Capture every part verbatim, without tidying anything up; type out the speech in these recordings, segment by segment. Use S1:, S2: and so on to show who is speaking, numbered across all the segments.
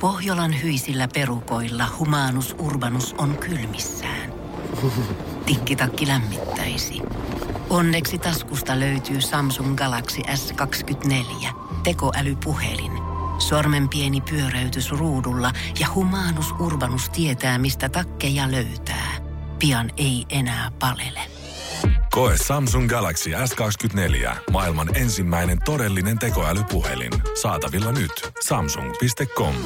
S1: Pohjolan hyisillä perukoilla Humanus Urbanus on kylmissään. Tikkitakki lämmittäisi. Onneksi taskusta löytyy Samsung Galaxy S kaksikymmentäneljä, tekoälypuhelin. Sormen pieni pyöräytys ruudulla ja Humanus Urbanus tietää, mistä takkeja löytää. Pian ei enää palele.
S2: Koe Samsung Galaxy S kaksikymmentäneljä, maailman ensimmäinen todellinen tekoälypuhelin. Saatavilla nyt. samsung piste com.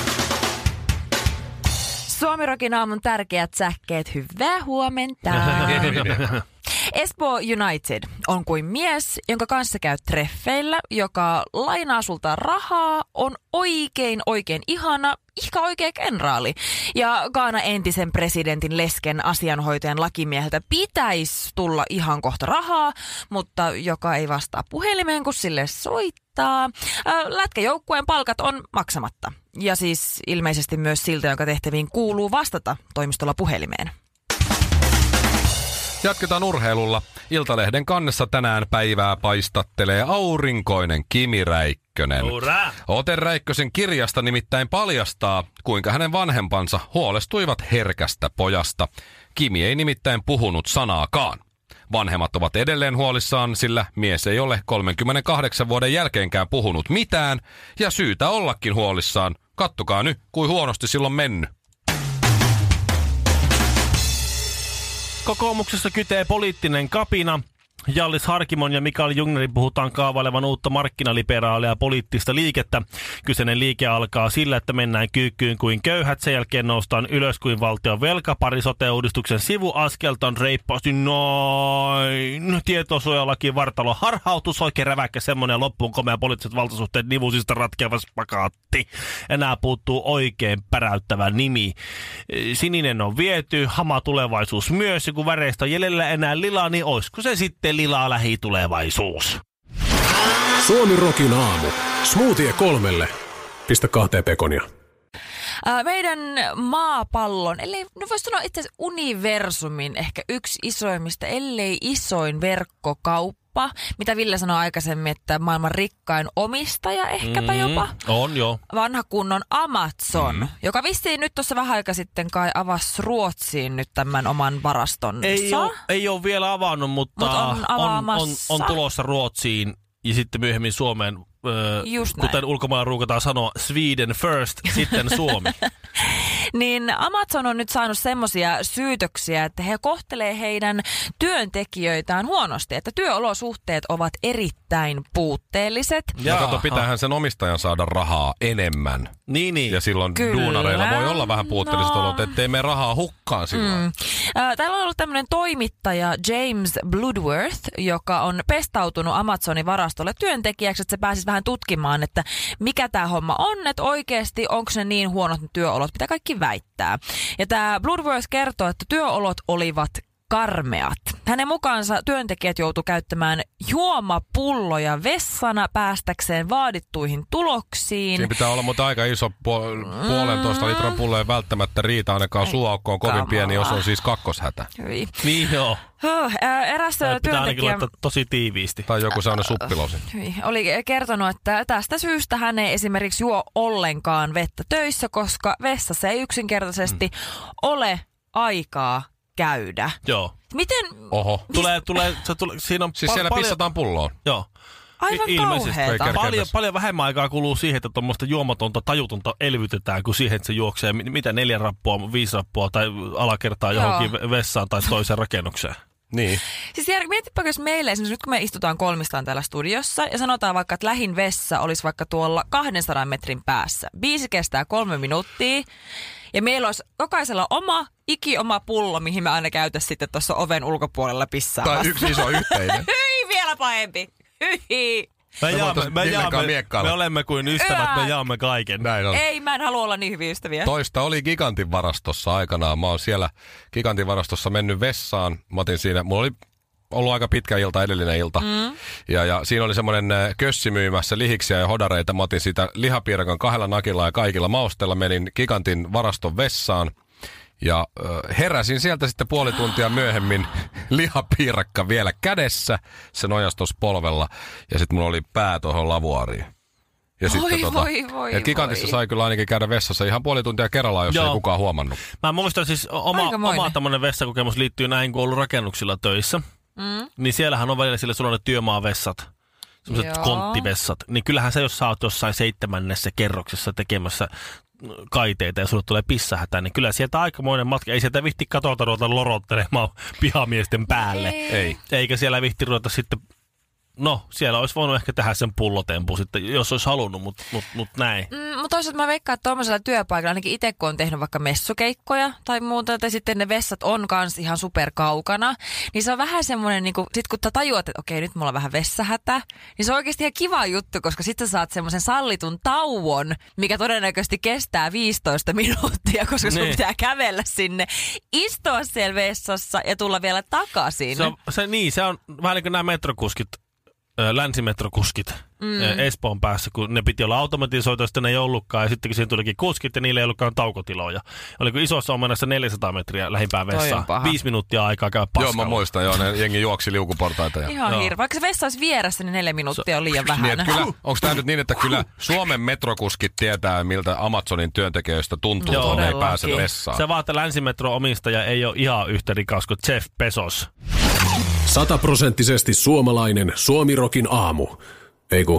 S3: Suomirokin aamun tärkeät sähkeet, hyvää huomenta. Espoo United on kuin mies, jonka kanssa käy treffeillä, joka lainaa sulta rahaa, on oikein oikein ihana, ihka oikea kenraali. Ja Ghaana entisen presidentin lesken asianhoitajan lakimieheltä pitäisi tulla ihan kohta rahaa, mutta joka ei vastaa puhelimeen, kun sille soittaa. Lätkäjoukkueen palkat on maksamatta. Ja siis ilmeisesti myös siltä, jonka tehtäviin kuuluu vastata toimistolla puhelimeen.
S4: Jatketaan urheilulla. Iltalehden kannessa tänään päivää paistattelee aurinkoinen Kimi Räikkönen.
S5: Ura!
S4: Ote Räikkösen kirjasta nimittäin paljastaa, kuinka hänen vanhempansa huolestuivat herkästä pojasta. Kimi ei nimittäin puhunut sanaakaan. Vanhemmat ovat edelleen huolissaan, sillä mies ei ole kolmenkymmenenkahdeksan vuoden jälkeenkään puhunut mitään, ja syytä ollakin huolissaan. Kattokaa nyt, kuin huonosti silloin mennyt.
S5: Kokoomuksessa kytee poliittinen kapina. Hjallis Harkimon ja Mikael Jungnerin puhutaan kaavailevan uutta markkinaliberaalia poliittista liikettä. Kyseinen liike alkaa sillä, että mennään kyykkyyn kuin köyhät. Sen jälkeen noustaan ylös kuin valtion velka. Pari sote-uudistuksen sivuaskelta on reippaasti noin. Tietosuojalaki vartalo harhautus, oikein räväkkä semmoinen loppuun komea poliittiset valtasuhteet nivusista ratkeava spagaatti. Enää puuttuu oikein päräyttävä nimi. Sininen on viety, hama tulevaisuus myös. Ja kun väreistä on jäljellä enää lila, niin olisiko se sitten lila lähitulevaisuus?
S6: Suomirokin aamu. Smoothie kolmelle. Pistä kahteen pekonia.
S3: Meidän maapallon, ellei, no voisi sanoa itse asiassa universumin ehkä yksi isoimmista, ellei isoin verkkokauppa, mitä Ville sanoi aikaisemmin, että maailman rikkain omistaja ehkäpä
S5: mm,
S3: jopa.
S5: On jo.
S3: Vanha kunnon Amazon,
S5: mm.
S3: joka vissiin nyt tuossa vähän aika sitten kai avasi Ruotsiin nyt tämän oman varastonsa.
S5: Ei ole, ei ole vielä avannut, mutta
S3: Mut on,
S5: on, on, on tulossa Ruotsiin ja sitten myöhemmin Suomeen. Öö, kuten ulkomailla ruukataan sanoa, Sweden first, sitten Suomi.
S3: Niin Amazon on nyt saanut semmoisia syytöksiä, että he kohtelee heidän työntekijöitään huonosti, että työolosuhteet ovat erittäin puutteelliset.
S4: Ja kato, pitäähän sen omistajan saada rahaa enemmän.
S5: Niin, niin.
S4: Ja silloin
S3: Kyllä.
S4: duunareilla voi olla vähän puutteelliset no. olot, ettei mene rahaa hukkaan silloin. Mm.
S3: Äh, täällä on ollut tämmöinen toimittaja James Bloodworth, joka on pestautunut Amazonin varastolle työntekijäksi, että se pääsisi vähän tutkimaan, että mikä tämä homma on, että oikeasti onko ne niin huonot ne työolot, mitä kaikki väittää. Ja tämä Bloodworth kertoo, että työolot olivat karmeat. Hänen mukaansa työntekijät joutu käyttämään juomapulloja vessana päästäkseen vaadittuihin tuloksiin.
S4: Siinä pitää olla mutta aika iso puol- puolentoista litran pullo ei välttämättä riitä, ainakaan suuaukko on kovin pieni, jos on siis kakkoshätä.
S3: Hyvin.
S5: Niin joo.
S3: Oh, eräs
S5: pitää
S3: työntekijä
S5: ainakin laittaa tosi tiiviisti.
S4: Tai joku sellainen suppilosi.
S3: Oli kertonut, että tästä syystä hän ei esimerkiksi juo ollenkaan vettä töissä, koska vessassa ei yksinkertaisesti mm. ole aikaa käydä.
S5: Joo.
S3: Miten?
S4: Oho.
S5: Tulee, tulee, se tulee, siinä on
S4: siis
S5: pa-
S4: siellä
S5: paljon,
S4: pissataan pulloon.
S5: Joo.
S3: Aivan kauheeta.
S5: Paljon, paljon vähemmän aikaa kuluu siihen, että tuommoista juomatonta, tajutonta elvytetään, kuin siihen, että se juoksee mitä neljä rappua, viisi rappua tai alakertaa johonkin Joo. vessaan tai toiseen rakennukseen.
S4: Niin.
S3: Siis Jär, mietipä, jos meille esimerkiksi nyt kun me istutaan kolmistaan täällä studiossa ja sanotaan vaikka, että lähin vessa olisi vaikka tuolla kahdensadan metrin päässä. Biisi kestää kolme minuuttia ja meillä olisi jokaisella oma, iki oma pullo, mihin me aina käytäisiin sitten tuossa oven ulkopuolella pissaamassa.
S4: Tai yksi iso yhteinen.
S3: Hyi, vielä pahempi. Hyi.
S5: Me, jaamme, me, jaamme, me olemme kuin ystävät, Ää. me jaamme kaiken.
S4: Näin on.
S3: Ei, mä en halua olla niin hyviä ystäviä.
S4: Toista oli Gigantin varastossa aikanaan. Mä oon siellä Gigantin varastossa mennyt vessaan. Mä otin siinä, mulla oli ollut aika pitkä ilta, edellinen ilta. Mm. Ja, ja siinä oli semmoinen kössi myymässä lihiksiä ja hodareita. Mä otin siitä lihapiirakan kahdella nakilla ja kaikilla mausteilla. Menin Gigantin varaston vessaan. Ja äh, heräsin sieltä sitten puoli tuntia myöhemmin, lihapiirakka vielä kädessä, se nojasi tuossa polvella, ja sitten mulla oli pää tuohon lavuaariin. Ja
S3: voi,
S4: sitten, tota,
S3: voi, voi,
S4: et Gigantissa
S3: voi.
S4: sai kyllä ainakin käydä vessassa ihan puoli tuntia kerrallaan, jos
S5: Joo.
S4: ei kukaan huomannut.
S5: Mä muistan siis oma, oma tämmönen vessakokemus liittyy näihin, kun on ollut rakennuksilla töissä. Mm. Niin siellähän on välillä sille sulla on ne työmaavessat. Sellaiset konttivessat. Niin kyllähän sä, jos sä oot jossain seitsemännessä kerroksessa tekemässä kaiteita ja sulle tulee pissähätä, niin kyllä sieltä aikamoinen matka. Ei sieltä vihti katolta ruveta lorottelemaan pihamiesten päälle.
S3: Ei.
S4: Ei.
S5: Eikä siellä vihti ruveta sitten... No, siellä olisi voinut ehkä tehdä sen pullotempu sitten, jos olisi halunnut, mutta mut, mut näin.
S3: Mm, mutta toisaalta mä veikkaan, että tuollaisella työpaikalla, ainakin itse kun on tehnyt vaikka messukeikkoja tai muuta, tai sitten ne vessat on kans ihan superkaukana, niin se on vähän semmoinen, niin kun, sit kun tajuat, että okei, nyt mulla on vähän vessahätä, niin se on oikeasti ihan kiva juttu, koska sitten sä saat semmoisen sallitun tauon, mikä todennäköisesti kestää viisitoista minuuttia, koska sun
S5: niin.
S3: pitää kävellä sinne, istua siellä vessassa ja tulla vielä takaisin.
S5: Se on, se, niin, se on vähän niin kuin nämä metrokuskit, länsimetrokuskit mm. Espoon päässä, kun ne piti olla automatisoitu, sitten ne ei ollutkaan, ja sitten kun siihen tulikin kuskit, ja niillä ei ollutkaan taukotiloja. Oliko isossa omenassa neljäsataa metriä lähimpään vessaan. Viisi minuuttia aikaa käy paskalla.
S4: Joo, mä muistan, joo, ne jengi juoksi liukuportaita. Ja...
S3: Ihan hirveä. Vaikka se vessa olisi vieressä, niin neljä minuuttia on liian vähän.
S4: Niin, kyllä, onko tämä nyt niin, että kyllä Suomen metrokuskit tietää, miltä Amazonin työntekijöistä tuntuu,
S5: joo,
S4: kun ne ei pääse vessaan.
S5: Se vaan, että länsimetro-omistaja ei ole ihan yhtä rikas kuin Jeff Bezos.
S6: Sataprosenttisesti suomalainen Suomirokin aamu. Eiku,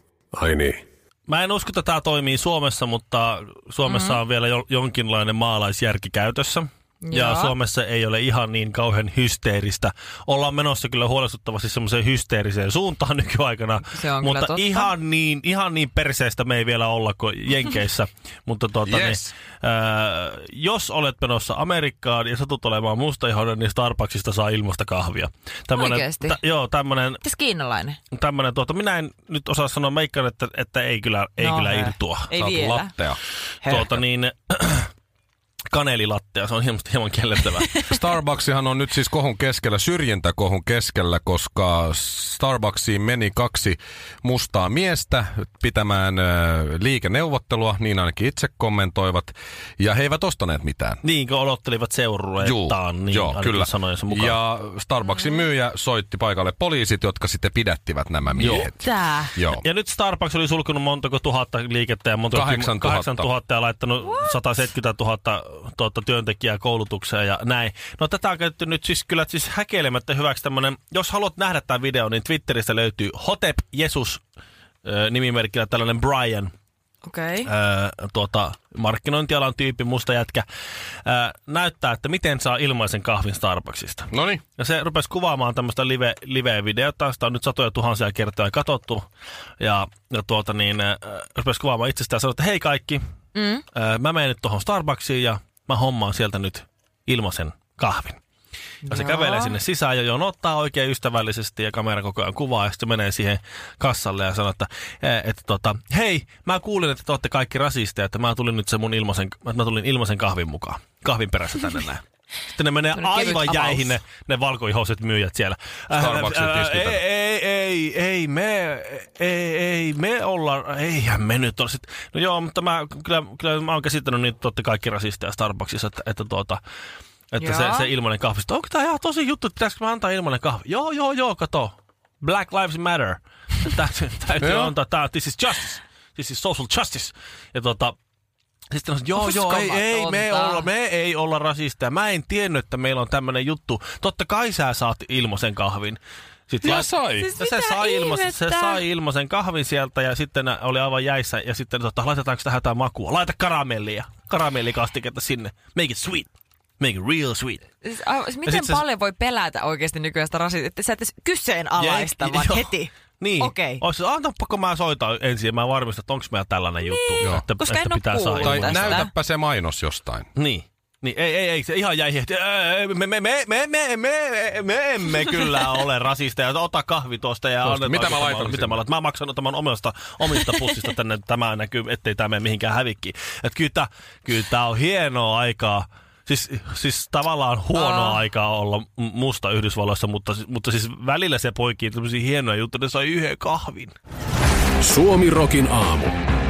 S6: ai niin.
S5: Mä en usko, että tämä toimii Suomessa, mutta Suomessa mm-hmm. on vielä jo, jonkinlainen maalaisjärki käytössä. Ja
S3: Joo.
S5: Suomessa ei ole ihan niin kauhean hysteeristä. Ollaan menossa kyllä huolestuttavasti semmoiseen hysteeriseen suuntaan nykyaikana.
S3: Se on
S5: mutta
S3: kyllä totta.
S5: ihan niin, ihan niin perseestä me ei vielä olla kuin Jenkeissä. mutta tuota,
S4: yes.
S5: niin, äh, jos olet menossa Amerikkaan ja satut olemaan mustaihoinen, niin Starbucksista saa ilmasta kahvia. Tämmönen,
S3: Oikeesti?
S5: T- joo, tämmönen...
S3: Mites kiinalainen?
S5: Tämmönen, tuota, minä en nyt osaa sanoa meikkaan, että, että ei kyllä, ei
S3: No,
S5: kyllä
S3: he.
S5: irtua.
S3: Ei
S4: Saatu
S3: vielä.
S4: lattea.
S5: Tuota niin... Kanelilattea, se on hieman, hieman kellettävää.
S4: Starbucksihan on nyt siis kohun keskellä, syrjintäkohun keskellä, koska Starbucksiin meni kaksi mustaa miestä pitämään äh, liikeneuvottelua, niin ainakin itse kommentoivat, ja he eivät ostaneet mitään.
S5: Niin, kun odottelivat seurueettaan, niin
S4: joo, kyllä.
S5: sanojensa mukaan.
S4: Ja Starbucksin myyjä soitti paikalle poliisit, jotka sitten pidättivät nämä miehet.
S3: Tää.
S4: Joo.
S5: Ja nyt Starbucks oli sulkenut montako tuhatta liikettä ja montako kahdeksantuhatta ja laittanut sata seitsemänkymmentätuhatta tuota, työntekijää koulutukseen ja näin. No tätä on käytetty nyt siis kyllä siis häkeilemättä hyväksi tämmönen, jos haluat nähdä tämän videon, niin Twitteristä löytyy Hotep Jesus äh, nimimerkillä tällainen Brian.
S3: Okei. Okay.
S5: Öö, tuota, markkinointialan tyyppi, musta jätkä, öö, näyttää, että miten saa ilmaisen kahvin Starbucksista.
S4: Noniin.
S5: Ja se rupesi kuvaamaan tämmöistä live, live-videota, sitä on nyt satoja tuhansia kertoja katsottu, ja, ja tuota niin, öö, rupesi kuvaamaan itsestään ja sanoi, että hei kaikki, mm. öö, mä menen nyt tuohon Starbucksiin ja mä hommaan sieltä nyt ilmaisen kahvin. Ja se
S3: Joo.
S5: kävelee sinne sisään ja jonottaa oikein ystävällisesti ja kamera koko ajan kuvaa ja sitten menee siihen kassalle ja sanoo, että, että tota, hei, mä kuulin, että te olette kaikki rasisteja, että mä tulin nyt se mun ilmaisen, mä tulin ilmaisen kahvin mukaan. Kahvin perässä tänne näin. Sitten ne menee aivan jäihin ne, ne valkoihoiset myyjät siellä.
S4: Starbucksin tiskiltä.
S5: Ei, ei, ei, ei, me, ei, ei, me olla, eihän me nyt ole sit. No joo, mutta mä, kyllä, kyllä mä oon käsittänyt niitä, te olette kaikki rasisteja Starbucksissa, että, että tuota, Että se, se ilmainen kahvi. Sitten, onko tämä ihan tosi juttu, että pitäisikö mä antaa ilmainen kahvi? Joo, joo, joo, kato. Black lives matter. Täytyy antaa, tämä, this is justice. This is social justice. Ja tota, sitten on, joo, joo, ei, ei, me, olla, me ei olla rasisteja. Mä en tiennyt, että meillä on tämmöinen juttu. Totta kai sä saat ilmaisen kahvin. Sitten
S4: ja
S5: lait...
S4: sai.
S3: Siis
S5: se, sai ilmaisen, se sai ilmaisen kahvin sieltä ja sitten oli aivan jäissä. Ja sitten tota, laitetaanko tähän jotain makua? Laita karamellia. Karamellikastiketta sinne. Make it sweet. Make it real sweet.
S3: Siis, a, miten paljon se... voi pelätä oikeasti nykyään sitä rasistia, että sä et kyseenalaista,
S5: Jei,
S3: vaan
S5: jo.
S3: heti.
S5: Niin.
S3: Okei.
S5: Olisi, antapako mä soitan ensin ja mä varmistan, että onko meillä tällainen
S3: niin.
S5: juttu. Että,
S3: Koska
S5: että
S3: en
S5: pitää
S3: ole
S5: saada.
S4: Tai
S3: tästä.
S4: näytäpä se mainos jostain.
S5: Niin. Niin, ei, ei, ei, se ihan jäi, että me, me, me, me, me, me, me emme kyllä ole rasisteja. Ota kahvi tuosta ja annetaan.
S4: Mitä mä laitan
S5: Mitä mä laitan? Mä maksan tämän omasta, omista pussista tänne, tämä näkyy, ettei tämä mene mihinkään hävikkiin. Että kyllä tää, kyllä tää on hienoa aikaa. Siis, siis tavallaan huonoa Aa. aikaa olla musta Yhdysvalloissa, mutta, mutta siis välillä se poikii tämmöisiä hienoja juttuja, ne sai yhden kahvin.
S6: Suomirokin aamu.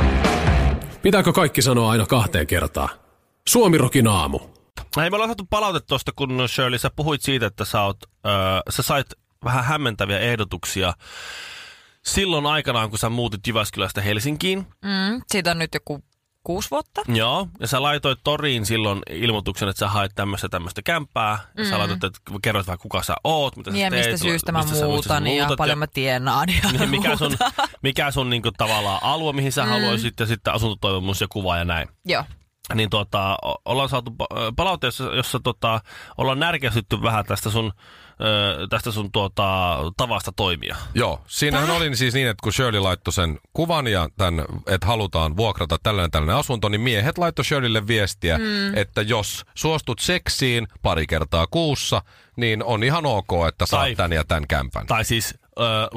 S6: Pitääkö kaikki sanoa aina kahteen kertaan? Suomirokin aamu.
S5: Hei, me ollaan saatu palautetta tuosta, kun Shirley, sä puhuit siitä, että sä, oot, öö, sä sait vähän hämmentäviä ehdotuksia silloin aikanaan, kun sä muutit Jyväskylästä Helsinkiin.
S3: Mm, siitä on nyt joku kuusi vuotta.
S5: Joo, ja sä laitoit toriin silloin ilmoituksen, että sä haet tämmöistä tämmöistä kämppää. Ja mm. sä laitoit, että kerroit vähän kuka sä oot, mitä sä
S3: ja
S5: teet.
S3: mistä syystä mä
S5: mistä
S3: muutan
S5: sä,
S3: ja
S5: muutat,
S3: paljon
S5: ja
S3: mä tienaan ja
S5: mikä sun, mikä sun niinku tavallaan alue, mihin sä mm. haluaisit, ja sitten asuntotoivomus ja kuva ja näin.
S3: Joo.
S5: Niin tota, ollaan saatu palautteessa, jossa tota, ollaan närkästytty vähän tästä sun, ö, tästä sun tuota, tavasta toimia.
S4: Joo, siinähän Tää? oli siis niin, että kun Shirley laittoi sen kuvan ja tämän, että halutaan vuokrata tällainen tällainen asunto, niin miehet laittoi Shirleylle viestiä, mm. että jos suostut seksiin pari kertaa kuussa, niin on ihan ok, että saat tai, tän ja tän kämpän.
S5: Tai siis Öö,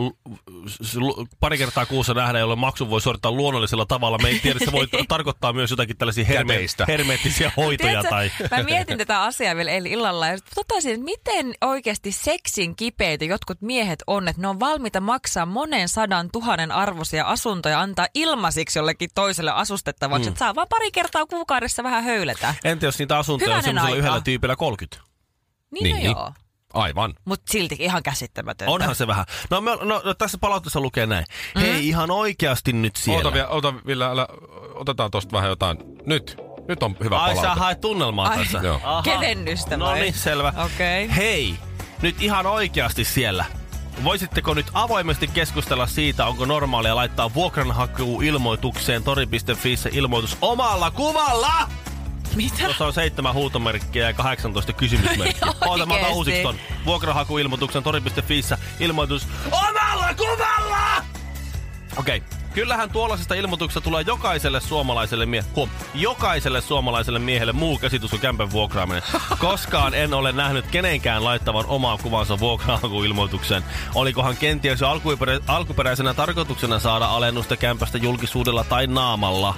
S5: pari kertaa kuussa nähdään, jolloin maksun voi suorittaa luonnollisella tavalla. Me ei tiedä, että se voi tarkoittaa myös jotakin tällaisia herme- hermeettisiä hoitoja.
S3: Tiedätkö,
S5: tai...
S3: Mä mietin tätä asiaa vielä eilen illalla ja totesin, että miten oikeasti seksin kipeitä jotkut miehet on, että ne on valmiita maksaa monen sadan tuhannen arvoisia asuntoja, antaa ilmaisiksi jollekin toiselle asustettavaksi, mm. että saa vaan pari kertaa kuukaudessa vähän höylätä.
S5: Entä jos niitä asuntoja on semmoisella yhdellä tyypillä kolmekymmentä?
S3: Niin, niin. No joo.
S4: Aivan.
S3: Mutta silti ihan käsittämätöntä.
S5: Onhan se vähän. No, me, no, no tässä palautteessa lukee näin. Mm-hmm. Hei, ihan oikeasti nyt siellä.
S4: Ota, vielä, ota vielä, älä, otetaan tosta vähän jotain. Nyt. Nyt on hyvä
S5: Ai,
S4: palaute.
S5: Ai sä haet tunnelmaa
S3: Ai,
S5: tässä.
S3: Kevennystä vai?
S5: No niin, selvä.
S3: Okei. Okay.
S5: Hei, nyt ihan oikeasti siellä. Voisitteko nyt avoimesti keskustella siitä, onko normaalia laittaa vuokranhaku-ilmoitukseen tori piste fiissä ilmoitus omalla kuvalla?
S3: Mitä?
S5: Tuossa on seitsemän huutomerkkiä ja kahdeksantoista kysymysmerkkiä. Oota, mä otan uusiksi ton. Vuokrahakuilmoituksen tori piste fiissä ilmoitus omalla kuvalla! Okei. Okay. Kyllähän tuollaisesta ilmoituksesta tulee jokaiselle suomalaiselle mie- huom, jokaiselle suomalaiselle miehelle muu käsitys kuin kämpän vuokraaminen. Koskaan en ole nähnyt kenenkään laittavan omaa kuvansa vuokrahakuilmoitukseen. Olikohan kenties jo alkuperä- alkuperäisenä tarkoituksena saada alennusta kämpästä julkisuudella tai naamalla?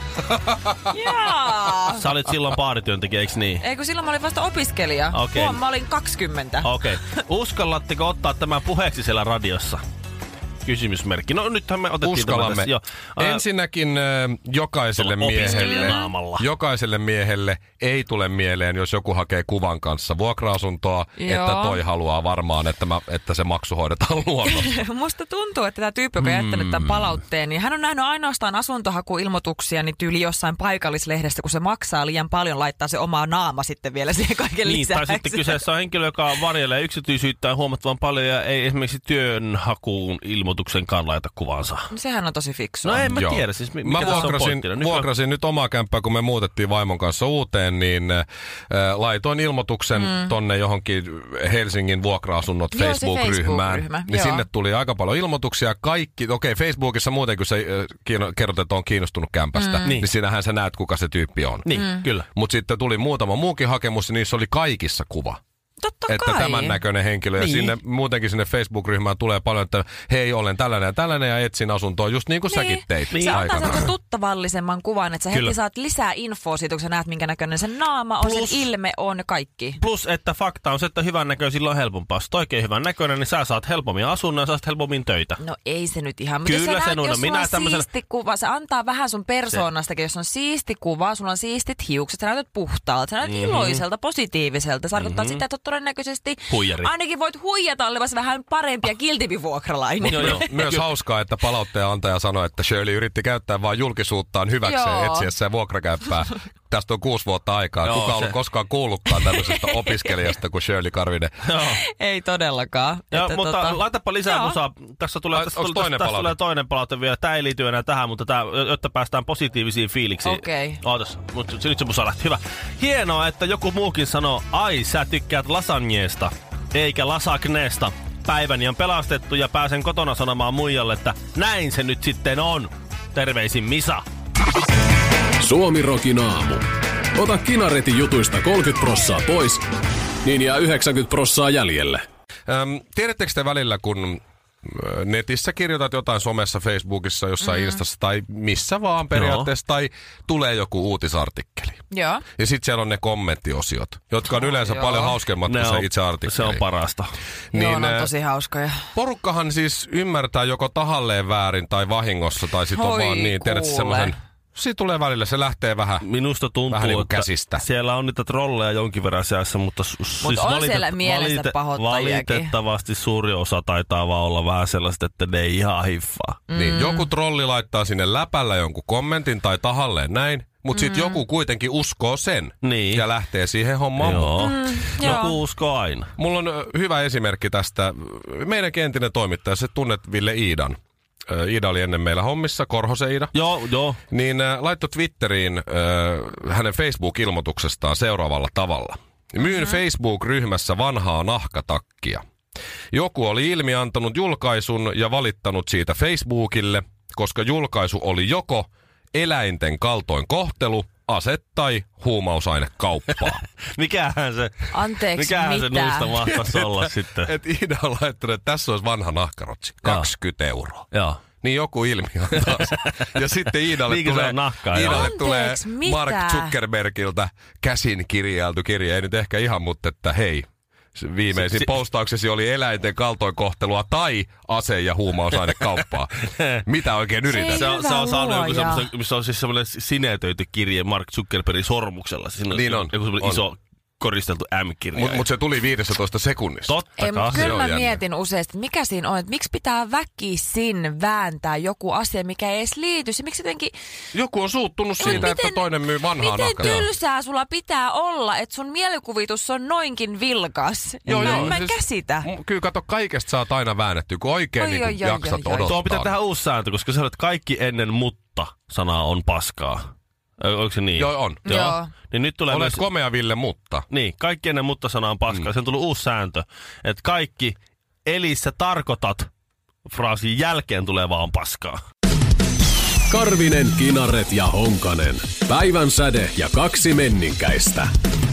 S3: Jaa.
S5: Sä olit silloin baarityöntekijä, eiks niin?
S3: Ei, kun silloin mä olin vasta opiskelija.
S5: Okay.
S3: Huom, mä olin kaksikymmentä.
S5: Okei. Okay. Uskallatteko ottaa tämän puheeksi siellä radiossa? Kysymysmerkki. No nythän me otettiin
S4: Uskallamme.
S5: Jo.
S4: Ensinnäkin äh, jokaiselle miehelle, jokaiselle miehelle ei tule mieleen, jos joku hakee kuvan kanssa vuokra-asuntoa, Joo. että toi haluaa varmaan, että, mä, että se maksu hoidetaan luonnossa.
S3: Musta tuntuu, että tämä tyyppi, joka on jättänyt tämän palautteen, niin hän on nähnyt ainoastaan asuntohakuilmoituksia niin tyyli jossain paikallislehdestä, kun se maksaa liian paljon, laittaa se omaa naama sitten vielä siihen kaiken
S5: niin,
S3: lisäksi.
S5: Tai sitten kyseessä on henkilö, joka varjelee yksityisyyttään huomattavan paljon ja ei esimerkiksi työnhakuun ilmoituksenkaan laita kuvansa.
S3: No, sehän on tosi fiksua.
S5: No en mä Joo. tiedä. Siis mikä
S4: mä vuokrasin,
S5: nyt,
S4: vuokrasin nyt omaa kämppää, kun me muutettiin vaimon kanssa uuteen, niin äh, laitoin ilmoituksen mm. tonne johonkin Helsingin vuokra-asunnot Joo, Facebook-ryhmään.
S3: Facebook-ryhmä.
S4: Niin
S3: Joo.
S4: sinne tuli aika paljon ilmoituksia. Kaikki, okei, okay, Facebookissa muuten, kun se äh, kiino, kerrot, että on kiinnostunut kämpästä, mm. niin. niin siinähän sä näet, kuka se tyyppi on.
S5: Niin, mm. kyllä.
S4: Mutta sitten tuli muutama muukin hakemus, ja niissä oli kaikissa kuva.
S3: Totta
S4: että
S3: kai.
S4: tämän näköinen henkilö. Ja
S5: niin.
S4: sinne, muutenkin sinne Facebook-ryhmään tulee paljon, että hei, olen tällainen ja tällainen ja etsin asuntoa, just niin kuin niin. säkin teit
S3: niin. Se antaa sellaisen tuttavallisemman kuvan, että sä Kyllä. heti saat lisää infoa siitä, kun sä näet, minkä näköinen sen naama on, plus, sen ilme on ja kaikki.
S5: Plus, että fakta on se, että hyvän näköisillä on helpompaa. Jos oikein hyvän näköinen, niin sä saat helpommin asunnon ja saat helpommin töitä.
S3: No ei se nyt ihan.
S5: Kyllä
S3: mutta
S5: se,
S3: näet, jos
S5: minä
S3: on
S5: tämmöisen...
S3: siisti kuva, se antaa vähän sun persoonastakin. Jos on siisti kuva, sulla on siistit hiukset, sä näytät puhtaalta, sä näytät mm-hmm. iloiselta, positiiviselta. Se tarkoittaa mm-hmm. sitä, että todennäköisesti
S5: Huijari.
S3: Ainakin voit huijata olevasi vähän parempi ja kiltimpi vuokralainen.
S4: Joo, joo. Myös hauskaa, että palautteen antaja sanoi, että Shirley yritti käyttää vain julkisuuttaan hyväkseen etsiessään vuokrakämppää. Tästä on kuusi vuotta aikaa. Joo, Kuka on ollut koskaan kuullutkaan tämmöisestä opiskelijasta kuin Shirley Karvinen?
S3: Ei todellakaan.
S5: Joo, että mutta tota... laitapa lisää musaa. Tässä tulee, tässä, tulee, toinen tässä tulee toinen palaute vielä. Tämä ei liity enää tähän, mutta tämä, jotta päästään positiivisiin fiiliksiin.
S3: Okei. Okay.
S5: Ootas, mutta nyt se musa lähti. Hyvä. Hienoa, että joku muukin sanoo, ai sä tykkäät lasagneesta. Eikä lasagneesta. Päiväni on pelastettu ja pääsen kotona sanomaan muijalle, että näin se nyt sitten on. Terveisin Misa.
S6: Suomi-rokin aamu. Ota Kinaretin jutuista kolmekymmentä prossaa pois, niin jää yhdeksänkymmentä prossaa jäljelle.
S4: Öm, tiedättekö te välillä, kun netissä kirjoitat jotain somessa, Facebookissa, jossain mm-hmm. Instassa tai missä vaan periaatteessa, no. tai tulee joku uutisartikkeli.
S3: Joo.
S4: Ja sitten siellä on ne kommenttiosiot, jotka on yleensä
S3: Joo.
S4: paljon hauskemmat kuin se itse artikkeli.
S5: Se on parasta.
S4: Niin,
S3: Joo, ne on tosi hauskoja.
S4: Porukkahan siis ymmärtää joko tahalleen väärin tai vahingossa, tai sitten on vaan niin, tiedätkö semmoisen Siitä tulee välillä, se lähtee vähän,
S5: Minusta tuntuu,
S4: vähän niin kuin
S5: että
S4: käsistä.
S5: siellä on niitä trolleja jonkin verran seassa, mutta Mut
S3: siis on valitet, siellä mielessä pahoittajiakin.
S5: Valitettavasti suuri osa taitaa vaan olla vähän sellaiset, että ne ei ihan hiffaa.
S3: Mm.
S4: Niin, joku trolli laittaa sinne läpällä jonkun kommentin tai tahalleen näin, mutta sitten mm. joku kuitenkin uskoo sen
S5: niin.
S4: ja lähtee siihen hommaan.
S5: Joo.
S3: Mm,
S5: joku joo. uskoo aina.
S4: Mulla on hyvä esimerkki tästä. Meidän entinen toimittaja, se tunnet Ville Iidan. Iida oli ennen meillä hommissa, Korhosen Iida.
S5: Joo, joo.
S4: Niin äh, laittoi Twitteriin äh, hänen Facebook-ilmoituksestaan seuraavalla tavalla. Myyn mm-hmm. Facebook-ryhmässä vanhaa nahkatakkia. Joku oli ilmiantanut julkaisun ja valittanut siitä Facebookille, koska julkaisu oli joko eläinten kaltoinkohtelu, ase tai huumausainekauppaa.
S5: Mikähän se,
S3: Anteeksi,
S5: mikähän
S3: mitä?
S5: se nuista mahtaisi olla sitten?
S4: Et Iida on laittanut, että tässä olisi vanha nahkarotsi. kaksikymmentä euroa.
S5: Joo.
S4: Niin joku ilmiantaa. Ja sitten Iidalle
S5: Niinkö
S4: tulee,
S5: nahkaa,
S4: Iidalle
S3: Anteeksi,
S4: tulee
S3: mitä?
S4: Mark Zuckerbergiltä käsin kirjailtu kirja. Ei nyt ehkä ihan, mutta että hei. Viimeisin si- postauksesi oli eläinten kaltoinkohtelua tai ase- ja huumausainekauppaa. Mitä oikein yrität?
S5: Se on, se on saanut joku semmoisen, missä on siis semmoinen sinetöity kirje Mark Zuckerbergin sormuksella. Siinä
S4: niin on.
S5: Joku semmoinen iso koristeltu M-kirja.
S4: Mutta mut se tuli viisitoista sekunnissa.
S5: Totta
S3: Ei,
S5: kai.
S3: kyllä mä mietin useasti, että mikä siinä on, että miksi pitää väkisin vääntää joku asia, mikä ei edes liity. Se, miksi jotenkin...
S4: Joku on suuttunut siitä, miten, että toinen myy vanhaa
S3: miten
S4: nahkaa.
S3: Miten tylsää sulla pitää olla, että sun mielikuvitus on noinkin vilkas?
S4: Joo,
S3: mä,
S4: joo,
S3: mä en
S4: siis,
S3: käsitä.
S4: Kyllä kato, kaikesta saat aina väännettyä, kun oikein
S3: oi,
S4: niin
S3: oi, oi,
S4: jaksat
S3: oi, oi.
S4: odottaa.
S5: Tuo pitää tehdä uusi sääntö, koska sä olet kaikki ennen mutta-sanaa on paskaa. Oliko se niin?
S4: Joo, on.
S3: Joo. Joo.
S5: Niin nyt tulee
S4: Olet
S5: myös...
S4: komea Ville, mutta...
S5: Niin, kaikki ennen mutta-sana on paskaa. Mm. Sen tuli uusi sääntö, että kaikki eli sä tarkoitat fraasin jälkeen tulee vaan paskaa.
S6: Karvinen, Kinaret ja Honkanen. Päivän säde ja kaksi menninkäistä.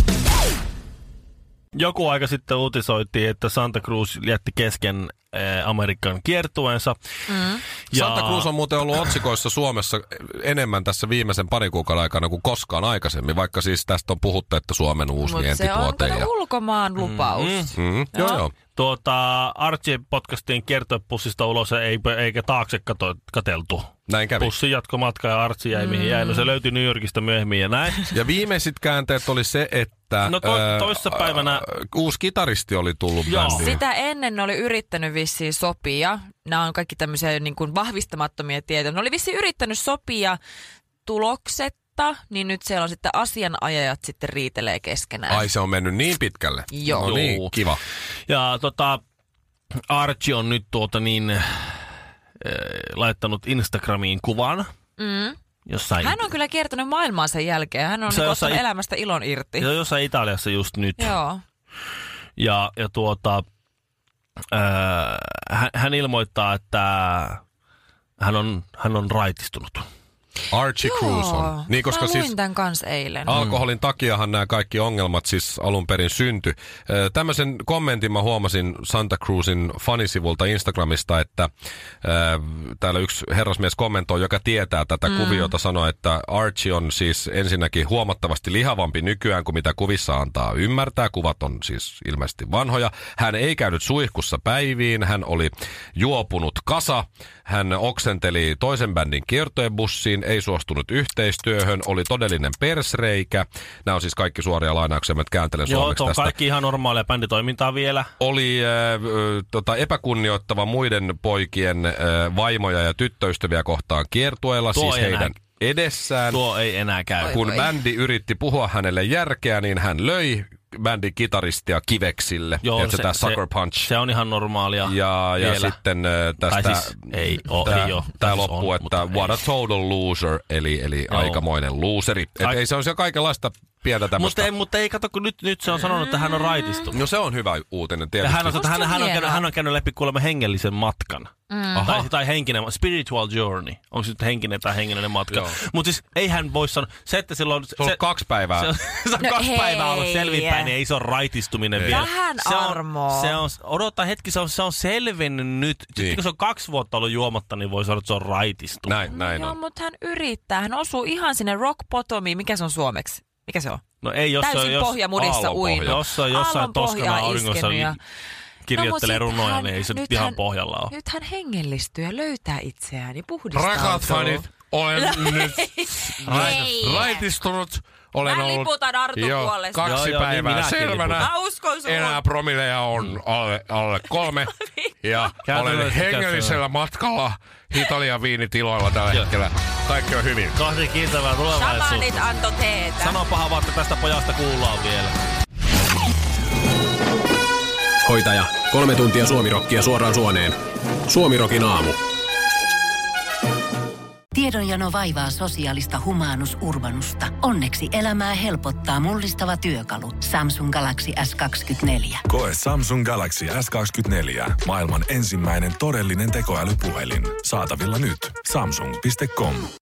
S5: Joku aika sitten uutisoitiin, että Santa Cruz jätti kesken Amerikan kiertueensa. Mm.
S4: Ja... Santa Cruz on muuten ollut otsikoissa Suomessa enemmän tässä viimeisen parin kuukauden aikana kuin koskaan aikaisemmin, vaikka siis tästä on puhuttu, että Suomen uusi
S3: Mut
S4: vientituote.
S3: se on ja... ulkomaan lupaus.
S5: Mm.
S4: Mm. Joo, joo.
S5: Tuota, Archie podcastiin kiertopussista ulos eikä taakse kato, kateltu.
S4: Näin kävi.
S5: Pussi jatkoi matkaa ja Archie jäi mm. mihin jäi. No se löytyi New Yorkista myöhemmin ja näin.
S4: Ja viimeiset käänteet oli se, että
S5: no to, toissa päivänä
S4: äh, uusi kitaristi oli tullut bändiin.
S3: Sitä ennen ne oli yrittänyt vissiin sopia. Nämä on kaikki tämmöisiä niin kuin vahvistamattomia tietoja. Ne oli vissiin yrittänyt sopia tuloksetta, niin nyt siellä on sitten asianajajat sitten riitelee keskenään.
S4: Ai se on mennyt niin pitkälle?
S3: Joo.
S4: No niin, kiva.
S5: Ja tota, Archie on nyt tuota niin... Äh, laittanut Instagramiin kuvan.
S3: Mm.
S5: Jossain...
S3: Hän on kyllä kiertänyt maailmaa sen jälkeen. Hän on niin ottanut it... elämästä ilon irti.
S5: Se on jossain Italiassa just nyt.
S3: Joo.
S5: Ja, ja tuota, äh, hän, hän ilmoittaa, että hän on, hän on raitistunut.
S4: Archie
S3: Joo,
S4: Cruz on. Niin, koska
S3: mä luin
S4: siis
S3: tämän kanssa eilen.
S4: alkoholin takiahan nämä kaikki ongelmat siis alun perin syntyi. Tämmöisen kommentin mä huomasin Santa Cruzin fanisivulta Instagramista, että äh, täällä yksi herrasmies kommentoi, joka tietää tätä mm. kuviota, sanoi, että Archie on siis ensinnäkin huomattavasti lihavampi nykyään kuin mitä kuvissa antaa ymmärtää. Kuvat on siis ilmeisesti vanhoja. Hän ei käynyt suihkussa päiviin, hän oli juopunut kasa, hän oksenteli toisen bändin kiertuebussiin, ei suostunut yhteistyöhön, oli todellinen persreikä. Nämä on siis kaikki suoria lainauksia, mä kääntelen suomeksi
S5: Joo,
S4: tästä.
S5: Joo, kaikki ihan normaalia bänditoimintaa vielä.
S4: Oli äh, tota, epäkunnioittava muiden poikien äh, vaimoja ja tyttöystäviä kohtaan kiertueella,
S5: Tuo
S4: siis heidän edessään.
S5: Tuo ei enää käy.
S4: Kun bändi yritti puhua hänelle järkeä, niin hän löi bändin kitaristia kiveksille.
S5: Joo,
S4: se, tämä
S5: se,
S4: sucker punch.
S5: Se on ihan normaalia.
S4: Ja, ja sitten tästä
S5: siis, ei, oh,
S4: tämä,
S5: ei
S4: tämä
S5: siis
S4: loppuu,
S5: on,
S4: että what
S5: ei.
S4: a total loser, eli, eli aikamoinen looseri.
S5: Ai...
S4: Ei se on siellä kaikenlaista pientä tämmöistä.
S5: Mutta ei, mutta ei kato, kun nyt, nyt se on sanonut, että hän on raitistunut.
S4: No se on hyvä uutinen tietysti.
S5: Hän on, hän, hän, hän, on käynyt, hän on käynyt läpi kuulemma hengellisen matkan. Mm. Tai, tai henkinen, spiritual journey. Onko se nyt henkinen tai hengellinen matka? Mutta siis ei hän voi sanoa, se että silloin...
S4: Se on se, kaksi päivää.
S5: Se on, se on no kaksi hei. päivää ollut selvinpäin, niin ei se ole raitistuminen
S4: ei.
S5: vielä.
S3: Vähän
S5: se on,
S3: armoa.
S5: Se on, odota hetki, se on, se on selvinnyt nyt. Sitten niin. kun se on kaksi vuotta ollut juomatta, niin voi sanoa, että se on raitistuminen.
S4: Näin, näin
S3: no,
S4: on.
S3: Joo, mutta hän yrittää. Hän osuu ihan sinne rock bottomiin. Mikä se on suomeksi? Mikä se on?
S5: No ei, jos
S3: täysin
S5: on, jos,
S3: pohjamudissa uinut.
S5: Jos on jossain toskana auringossa ja... kirjoittelee no, runoja, hän, niin ei se nyt ihan
S3: hän,
S5: pohjalla ole.
S3: Nyt hän hengellistyy ja löytää itseään ja puhdistaa.
S4: Rakat fanit, olen nyt
S3: Ei.
S4: raitistunut. Olen
S3: Mä
S4: ollut
S3: liputan Artun
S4: jo
S3: puolesta.
S4: kaksi
S5: Joo, joo, niin
S4: päivää
S5: minäkin
S4: selvänä.
S5: liputan.
S3: Mä uskon sun.
S4: Enää promilleja on alle, alle kolme. Ja olen
S5: Käytännöllisesti
S4: hengellisellä matkalla Italian viinitiloilla tällä hetkellä. Kaikki on hyvin.
S5: Kahden kiiltävää tulevaisuutta.
S3: Shamanit antoi teetä.
S5: Sanopahan vaan, että tästä pojasta kuullaan vielä.
S6: Hoitaja, kolme tuntia suomirokkia suoraan suoneen. Suomirokin aamu.
S1: Tiedonjano vaivaa sosiaalista humanus urbanusta. Onneksi elämää helpottaa mullistava työkalu. Samsung Galaxy S kaksikymmentäneljä.
S2: Koe Samsung Galaxy S kaksikymmentäneljä. Maailman ensimmäinen todellinen tekoälypuhelin. Saatavilla nyt. Samsung piste com.